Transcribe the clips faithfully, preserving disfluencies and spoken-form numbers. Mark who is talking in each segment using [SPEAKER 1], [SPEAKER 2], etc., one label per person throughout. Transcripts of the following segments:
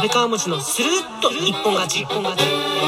[SPEAKER 1] 安倍川餅のスルッと一本勝ち。一本勝ち。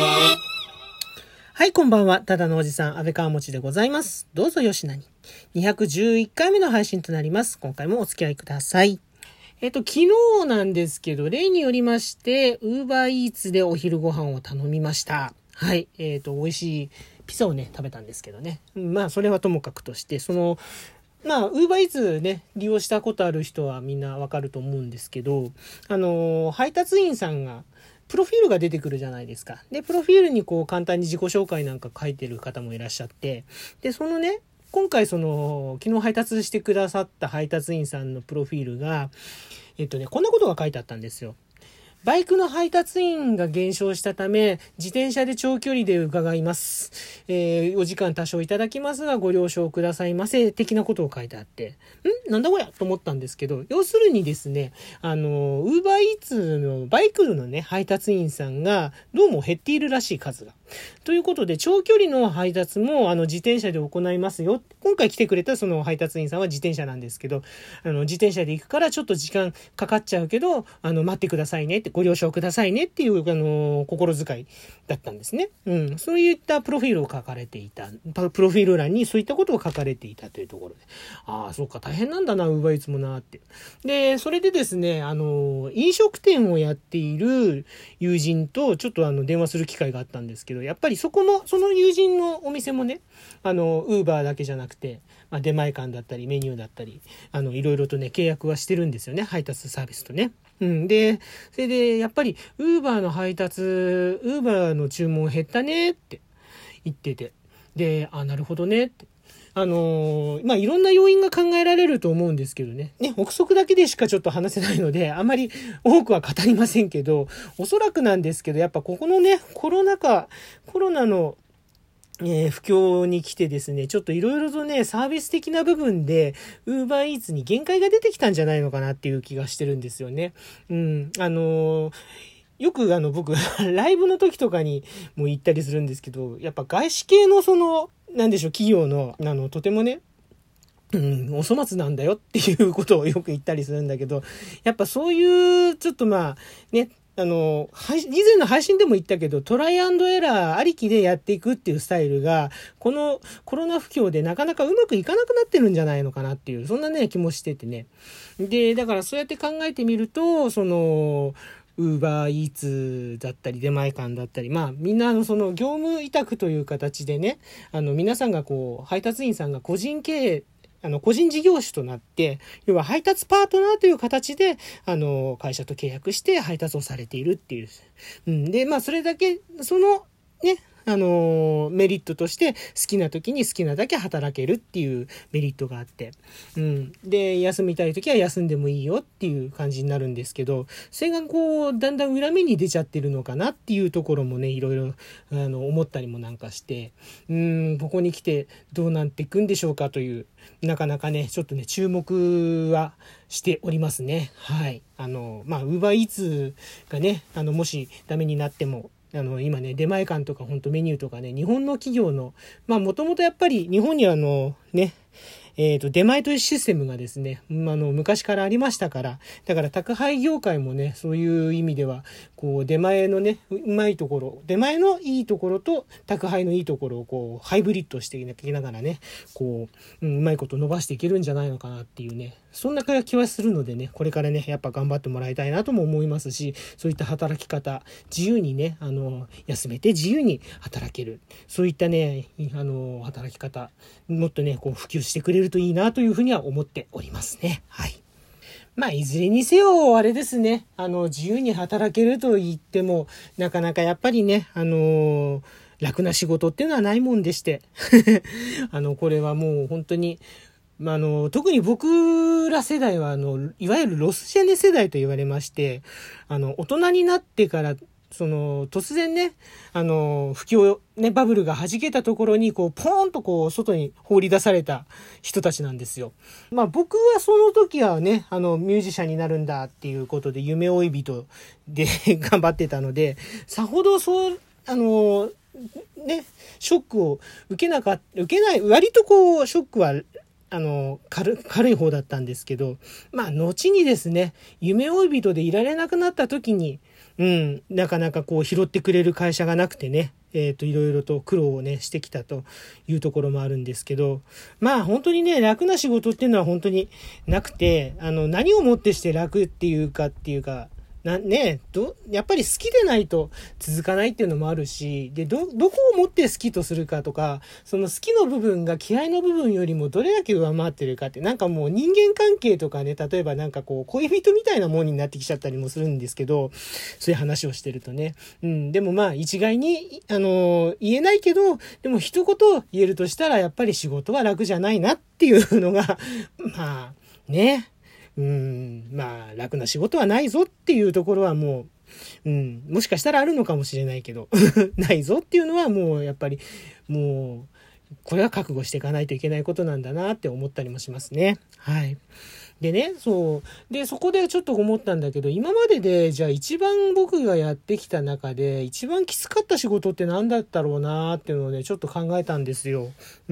[SPEAKER 2] はい、こんばんは。ただのおじさん、安倍川餅でございます。どうぞよしなに。にひゃくじゅういっかいめの配信となります。今回もお付き合いください。えっと、昨日なんですけど、例によりまして、ウーバーイーツでお昼ご飯を頼みました。はい、えっと、美味しいピザをね、食べたんですけどね。まあ、それはともかくとして、その、まあ、ウーバーイーツね、利用したことある人はみんなわかると思うんですけど、あの、配達員さんが、プロフィールが出てくるじゃないですか。で、プロフィールにこう簡単に自己紹介なんか書いてる方もいらっしゃって、で、そのね、今回その、昨日配達してくださった配達員さんのプロフィールが、えっとね、こんなことが書いてあったんですよ。バイクの配達員が減少したため、自転車で長距離で伺います。えー、お時間多少いただきますが、ご了承くださいませ。的なことを書いてあって、んなんだこりゃと思ったんですけど、要するにですね、あの、ウーバーイーツのバイクのね、配達員さんが、どうも減っているらしい数が。ということで、長距離の配達も、あの、自転車で行いますよ。今回来てくれたその配達員さんは自転車なんですけど、あの、自転車で行くからちょっと時間かかっちゃうけど、あの、待ってくださいねって、ご了承くださいねっていう、あの、心遣いだったんですね。うん。そういったプロフィールを書かれていた。プロフィール欄にそういったことを書かれていたというところで。ああ、そうか、大変なんだな、ウーバーイーツもなって。で、それでですね、あの、飲食店をやっている友人とちょっとあの、電話する機会があったんですけど、やっぱりそこも、その友人のお店もね、あの、ウーバーだけじゃなくて、まあ、出前館だったり、メニューだったり、あの、いろいろとね、契約はしてるんですよね、配達サービスとね。うん。で、それで、やっぱり、ウーバーの配達、ウーバーの注文減ったねって言ってて。で、あ、なるほどねって。あのー、まあ、いろんな要因が考えられると思うんですけどね。ね、憶測だけでしかちょっと話せないので、あまり多くは語りませんけど、おそらくなんですけど、やっぱここのね、コロナ禍、コロナの、えー、不況に来てですね、ちょっといろいろとね、サービス的な部分で、ウーバーイーツに限界が出てきたんじゃないのかなっていう気がしてるんですよね。うん、あのー、よくあの僕、ライブの時とかにも行ったりするんですけど、やっぱ外資系のその、なんでしょう、企業の、あの、とてもね、うん、お粗末なんだよっていうことをよく言ったりするんだけど、やっぱそういう、ちょっとまあ、ね、あの、以前の配信でも言ったけど、トライアンドエラーありきでやっていくっていうスタイルが、このコロナ不況でなかなかうまくいかなくなってるんじゃないのかなっていう、そんなね、気もしててね。で、だからそうやって考えてみると、その、ウーバーイーツだったり出前館だったり、まあみんなあのその業務委託という形でね、あの皆さんがこう配達員さんが個人経営あの、個人事業主となって、要は配達パートナーという形で、あの、会社と契約して配達をされているっていう。うん。で、まあ、それだけ、その、ね、あの、メリットとして、好きな時に好きなだけ働けるっていうメリットがあって。うん。で、休みたい時は休んでもいいよっていう感じになるんですけど、それがこう、だんだん裏目に出ちゃってるのかなっていうところもね、いろいろ、あの、思ったりもなんかして、うん、ここに来てどうなっていくんでしょうかという、なかなかね、ちょっとね、注目はしておりますね。はい。あの、まあ、ウーバーイーツがね、あの、もしダメになっても、あの、今ね、出前館とか本当メニューとかね、日本の企業の、まあ、もともとやっぱり日本にはあの、ね、えっと、出前というシステムがですね、あの、昔からありましたから、だから宅配業界もね、そういう意味では、こう、出前のね、うまいところ、出前のいいところと、宅配のいいところをこう、ハイブリッドしていきながらね、こう、うん、うまいこと伸ばしていけるんじゃないのかなっていうね、そんな気はするのでね、これからね、やっぱ頑張ってもらいたいなとも思いますし、そういった働き方、自由にね、あの、休めて自由に働ける。そういったね、あの、働き方、もっとね、こう、普及してくれるといいなというふうには思っておりますね。はい。まあ、いずれにせよ、あれですね、あの、自由に働けると言っても、なかなかやっぱりね、あの、楽な仕事っていうのはないもんでして、あの、これはもう本当に、まあ、あの、特に僕ら世代は、あの、いわゆるロスジェネ世代と言われまして、あの、大人になってから、その、突然ね、あの、不況、ね、バブルが弾けたところに、こう、ポーンとこう、外に放り出された人たちなんですよ。まあ、僕はその時はね、あの、ミュージシャンになるんだっていうことで、夢追い人で頑張ってたので、さほどそう、あの、ね、ショックを受けなかった、受けない、割とこう、ショックは、 あの軽、軽い方だったんですけど、まあ後にですね、夢追い人でいられなくなった時に、うん、なかなかこう拾ってくれる会社がなくてね、えっといろいろと苦労をねしてきたというところもあるんですけど、まあ本当にね、楽な仕事っていうのは本当になくて、あの何をもってして楽っていうかっていうか、なねどやっぱり好きでないと続かないっていうのもあるし、でどどこをもって好きとするかとか、その好きの部分が嫌いの部分よりもどれだけ上回ってるかって、なんかもう人間関係とかね、例えばなんかこう恋人みたいなものになってきちゃったりもするんですけど、そういう話をしてるとね、うん、でもまあ一概にあの言えないけど、でも一言言えるとしたらやっぱり仕事は楽じゃないなっていうのがまあね。うん、まあ楽な仕事はないぞっていうところはもう、うん、もしかしたらあるのかもしれないけどないぞっていうのはもうやっぱりもうこれは覚悟していかないといけないことなんだなって思ったりもしますね。はい。でね、そうでそこでちょっと思ったんだけど、今まででじゃあ一番僕がやってきた中で一番きつかった仕事って何だったろうなっていうのをねちょっと考えたんですよ。うん。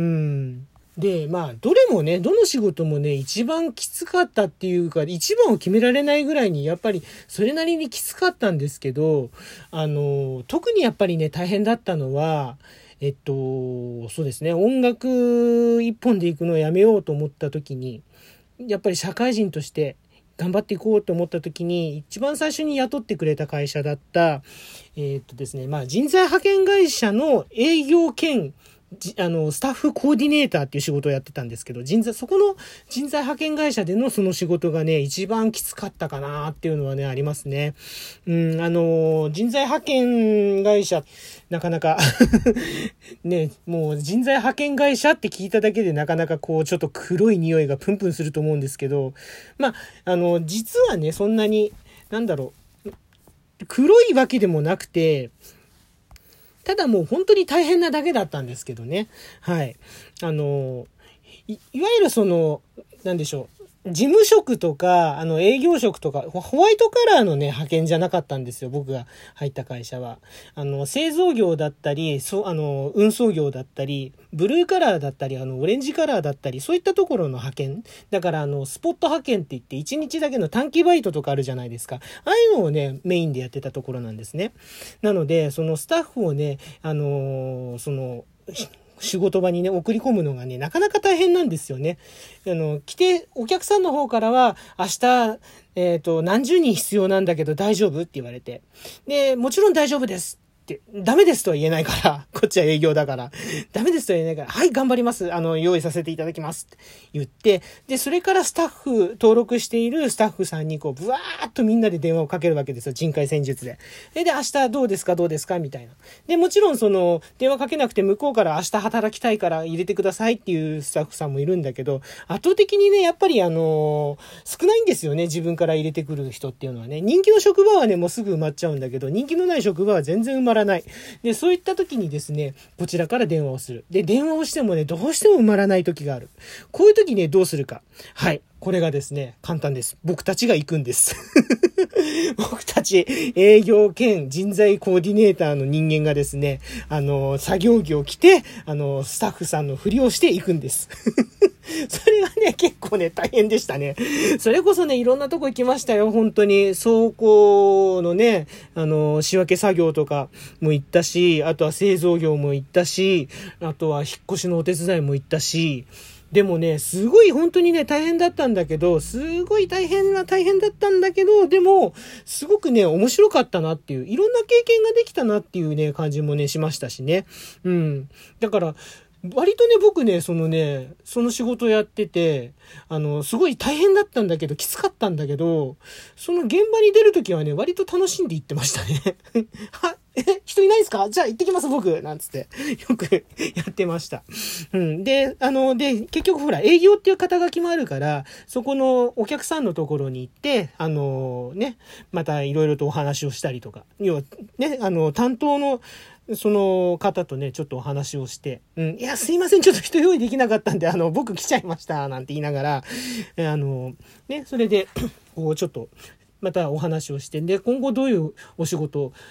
[SPEAKER 2] で、まあ、どれもね、どの仕事もね、一番きつかったっていうか、一番を決められないぐらいに、やっぱり、それなりにきつかったんですけど、あの、特にやっぱりね、大変だったのは、えっと、そうですね、音楽一本で行くのをやめようと思った時に、やっぱり社会人として、頑張っていこうと思った時に、一番最初に雇ってくれた会社だった、えっとですね、まあ、人材派遣会社の営業兼、あのスタッフコーディネーターっていう仕事をやってたんですけど、人材そこの人材派遣会社でのその仕事がね一番きつかったかなっていうのはねありますね。うんあの人材派遣会社なかなかね、もう人材派遣会社って聞いただけでなかなかこうちょっと黒い匂いがプンプンすると思うんですけど、まああの実はねそんなになんだろう黒いわけでもなくて、ただもう本当に大変なだけだったんですけどね。はい。あの、い、いわゆるその、なんでしょう。事務職とか、あの営業職とか、ホワイトカラーのね、派遣じゃなかったんですよ。僕が入った会社は。あの、製造業だったり、そう、あの、運送業だったり、ブルーカラーだったり、あの、オレンジカラーだったり、そういったところの派遣。だから、あの、スポット派遣って言って、いちにちだけの短期バイトとかあるじゃないですか。ああいうのをね、メインでやってたところなんですね。なので、そのスタッフをね、あの、その、仕事場にね、送り込むのがね、なかなか大変なんですよね。あの、来て、お客さんの方からは、明日、えっと、何十人必要なんだけど大丈夫って言われて。で、もちろん大丈夫です。ダメですとは言えないから、こっちは営業だから、ダメですとは言えないから、はい、頑張ります。あの、用意させていただきますって言って、で、それからスタッフ、登録しているスタッフさんに、こう、ブワーっとみんなで電話をかけるわけですよ。人海戦術で。で、で、明日どうですかどうですかみたいな。で、もちろんその、電話かけなくて向こうから明日働きたいから入れてくださいっていうスタッフさんもいるんだけど、圧倒的にね、やっぱりあのー、少ないんですよね。自分から入れてくる人っていうのはね。人気の職場はね、もうすぐ埋まっちゃうんだけど、人気のない職場は全然埋まらない。で、そういった時にですね、こちらから電話をする。で、電話をしてもね、どうしても埋まらない時がある。こういう時ね、どうするか。はい。これがですね、簡単です。僕たちが行くんです。僕たち営業兼人材コーディネーターの人間がですね、あの、作業着を着て、あの、スタッフさんのふりをして行くんです。それがね、結構ね、大変でしたね。それこそね、いろんなとこ行きましたよ、本当に。倉庫のね、あの、仕分け作業とかも行ったし、あとは製造業も行ったし、あとは引っ越しのお手伝いも行ったし、でもね、すごい本当にね、大変だったんだけど、すごい大変は大変だったんだけど、でも、すごくね、面白かったなっていう、いろんな経験ができたなっていうね、感じもね、しましたしね。うん。だから、割とね、僕ね、そのね、その仕事やってて、あの、すごい大変だったんだけど、きつかったんだけど、その現場に出るときはね、割と楽しんで行ってましたね。はえ、人いないですか？じゃあ行ってきます僕なんつって、よくやってました。うん。で、あの、で、結局ほら、営業っていう肩書きもあるから、そこのお客さんのところに行って、あの、ね、またいろいろとお話をしたりとか、要は、ね、あの、担当の、その方とね、ちょっとお話をして、うん、いや、すいません、ちょっと人用意できなかったんで、あの、僕来ちゃいました、なんて言いながら、あの、ね、それで、こう、ちょっと、またお話をして、で、今後どういうお仕事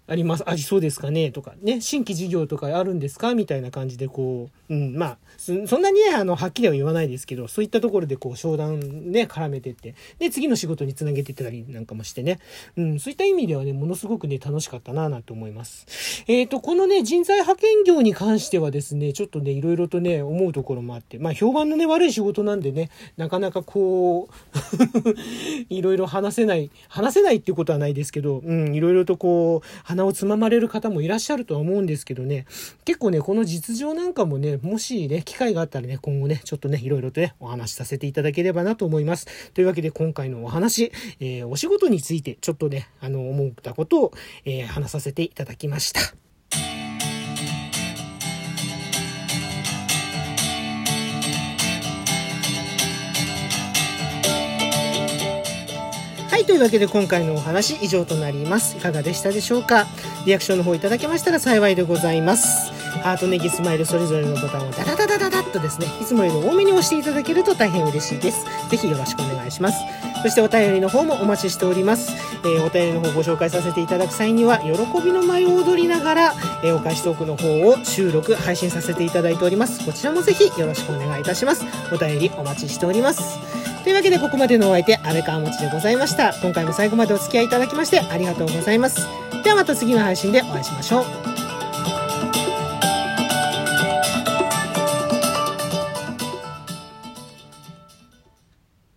[SPEAKER 2] あります、ありそうですかねとかね、新規事業とかあるんですかみたいな感じでこう、うん、まあ、そんなにね、あの、はっきりは言わないですけど、そういったところでこう、商談ね、絡めてって、で、次の仕事につなげていったりなんかもしてね、うん、そういった意味ではね、ものすごくね、楽しかったなぁなんて思います。えっと、このね、人材派遣業に関してはですね、ちょっとね、いろいろとね、思うところもあって、まあ、評判のね、悪い仕事なんでね、なかなかこう、いろいろ話せない、話せないっていうことはないですけど、うん、いろいろとこう、鼻をつままれる方もいらっしゃるとは思うんですけどね、結構ね、この実情なんかもね、もしね、機会があったらね、今後ね、ちょっとね、いろいろとね、お話しさせていただければなと思います。というわけで、今回のお話、えー、お仕事について、ちょっとね、あの、思ったことを、えー、話させていただきました。はい、というわけで今回のお話以上となります。いかがでしたでしょうか。リアクションの方いただけましたら幸いでございます。ハート、ネギ、スマイルそれぞれのボタンをダダダダダダッとですね、いつもより多めに押していただけると大変嬉しいです。ぜひよろしくお願いします。そしてお便りの方もお待ちしております。えー、お便りの方ご紹介させていただく際には、喜びの舞を踊りながら、えー、お返しトークの方を収録、配信させていただいております。こちらもぜひよろしくお願いいたします。お便りお待ちしております。というわけでここまでのお相手、安倍川もちでございました。今回も最後までお付き合いいただきましてありがとうございます。ではまた次の配信でお会いしましょう。